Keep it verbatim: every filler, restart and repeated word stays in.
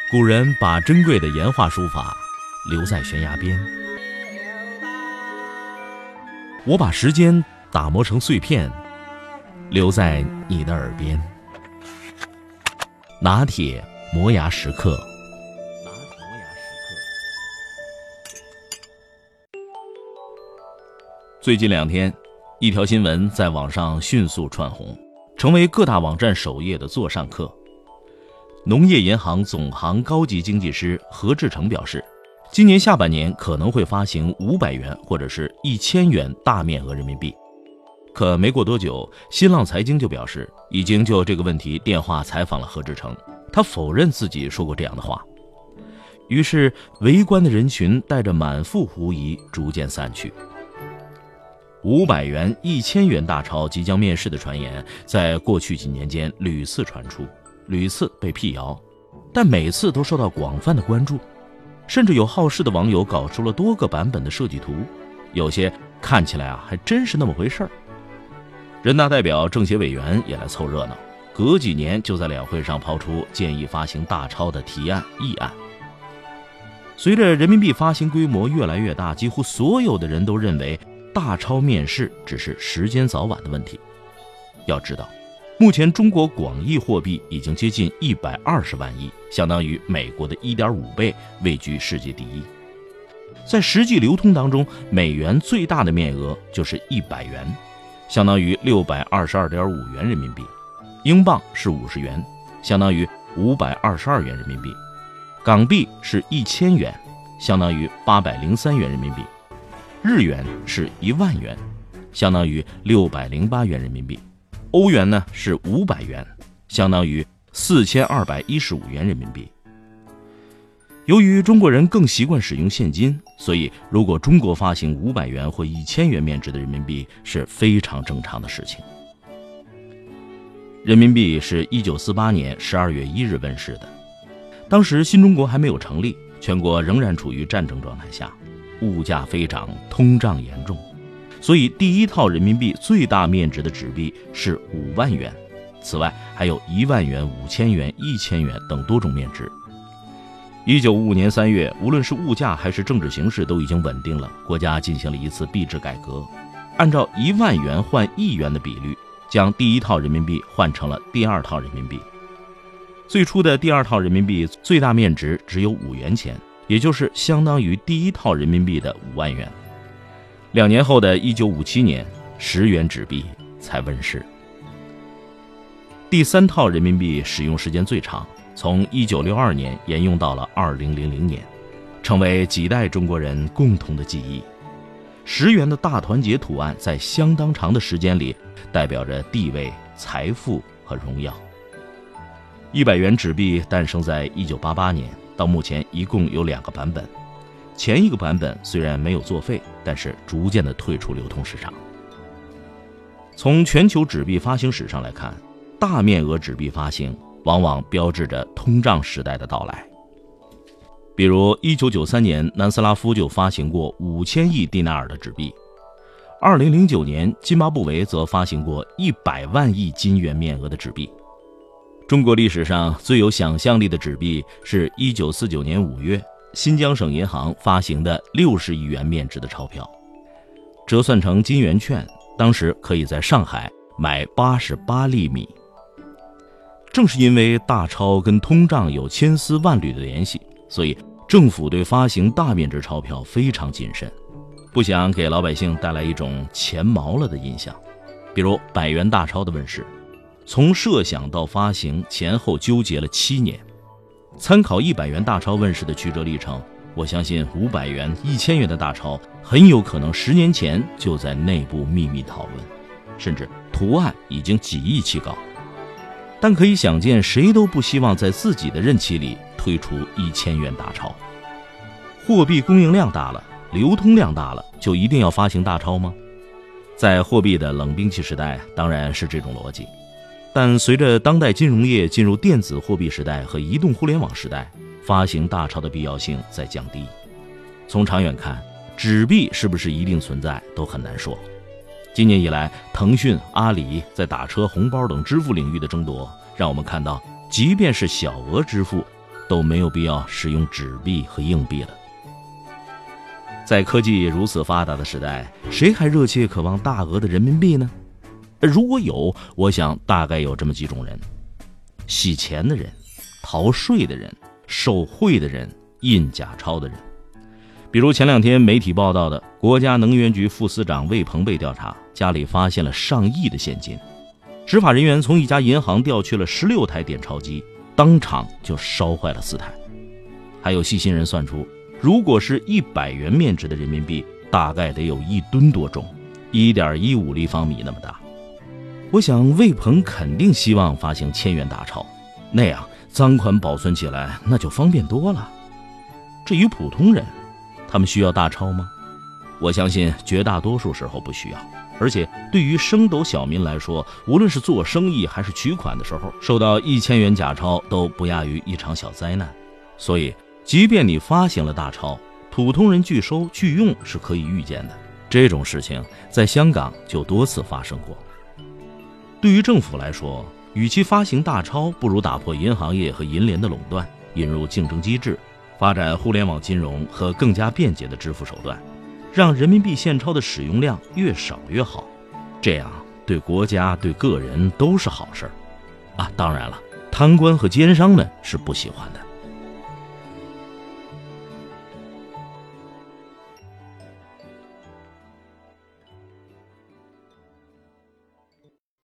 古人把珍贵的岩画书法留在悬崖边，我把时间打磨成碎片，留在你的耳边。拿铁磨牙时刻。最近两天，一条新闻在网上迅速窜红，成为各大网站首页的座上客。农业银行总行高级经济师何志成表示，今年下半年可能会发行五百元或者是一千元大面额人民币。可没过多久，新浪财经就表示已经就这个问题电话采访了何志成，他否认自己说过这样的话。于是围观的人群带着满腹狐疑逐渐散去。五百元、一千元大钞即将面世的传言在过去几年间屡次传出，屡次被辟谣，但每次都受到广泛的关注，甚至有好事的网友搞出了多个版本的设计图，有些看起来啊还真是那么回事儿。人大代表、政协委员也来凑热闹，隔几年就在两会上抛出建议发行大钞的提案议案。随着人民币发行规模越来越大，几乎所有的人都认为大钞面世只是时间早晚的问题。要知道，目前中国广义货币已经接近一百二十万亿，相当于美国的 一点五倍，位居世界第一。在实际流通当中，美元最大的面额就是一百元，相当于六百二十二点五元人民币；英镑是五十元，相当于五百二十二元人民币；港币是一千元，相当于八百零三元人民币；日元是一万元，相当于六百零八元人民币；欧元呢是五百元，相当于四千二百一十五元人民币。由于中国人更习惯使用现金，所以如果中国发行五百元或一千元面值的人民币是非常正常的事情。人民币是一九四八年十二月一日问世的，当时新中国还没有成立，全国仍然处于战争状态下，物价飞涨，通胀严重，所以第一套人民币最大面值的纸币是五万元，此外还有一万元、五千元、一千元等多种面值。一九五五年三月，无论是物价还是政治形势都已经稳定了，国家进行了一次币制改革，按照一万元换一元的比率，将第一套人民币换成了第二套人民币。最初的第二套人民币最大面值只有五元钱，也就是相当于第一套人民币的五万元。两年后的一九五七年，十元纸币才问世。第三套人民币使用时间最长，从一九六二年沿用到了二零零零年，成为几代中国人共同的记忆。十元的大团结图案在相当长的时间里代表着地位、财富和荣耀。一百元纸币诞生在一九八八年，到目前一共有两个版本。前一个版本虽然没有作废，但是逐渐的退出流通市场。从全球纸币发行史上来看，大面额纸币发行往往标志着通胀时代的到来。比如一九九三年，南斯拉夫就发行过五千亿迪纳尔的纸币；二零零九年，津巴布韦则发行过一百万亿金元面额的纸币。中国历史上最有想象力的纸币是一九四九年五月，新疆省银行发行的六十亿元面值的钞票，折算成金圆券，当时可以在上海买八十八粒米。正是因为大钞跟通胀有千丝万缕的联系，所以政府对发行大面值钞票非常谨慎，不想给老百姓带来一种钱毛了的印象。比如百元大钞的问世，从设想到发行前后纠结了七年。参考一百元大钞问世的曲折历程，我相信五百元、一千元的大钞很有可能十年前就在内部秘密讨论，甚至图案已经几亿起稿。但可以想见，谁都不希望在自己的任期里推出一千元大钞。货币供应量大了，流通量大了，就一定要发行大钞吗？在货币的冷兵器时代，当然是这种逻辑。但随着当代金融业进入电子货币时代和移动互联网时代，发行大钞的必要性在降低。从长远看，纸币是不是一定存在都很难说。今年以来，腾讯、阿里在打车、红包等支付领域的争夺，让我们看到，即便是小额支付， 都没有必要使用纸币和硬币了。在科技如此发达的时代，谁还热切渴望大额的人民币呢？如果有，我想大概有这么几种人：洗钱的人、逃税的人、受贿的人、印假钞的人。比如前两天媒体报道的国家能源局副司长魏鹏被调查，家里发现了上亿的现金，执法人员从一家银行调去了十六台点钞机，当场就烧坏了四台。还有细心人算出，如果是一百元面值的人民币，大概得有一吨多重， 一点一五立方米那么大。我想魏鹏肯定希望发行千元大钞，那样赃款保存起来那就方便多了。至于普通人，他们需要大钞吗？我相信绝大多数时候不需要。而且对于升斗小民来说，无论是做生意还是取款的时候，收到一千元假钞都不亚于一场小灾难。所以即便你发行了大钞，普通人拒收拒用是可以预见的。这种事情在香港就多次发生过。对于政府来说，与其发行大钞，不如打破银行业和银联的垄断，引入竞争机制，发展互联网金融和更加便捷的支付手段，让人民币现钞的使用量越少越好。这样对国家对个人都是好事啊！当然了，贪官和奸商们是不喜欢的。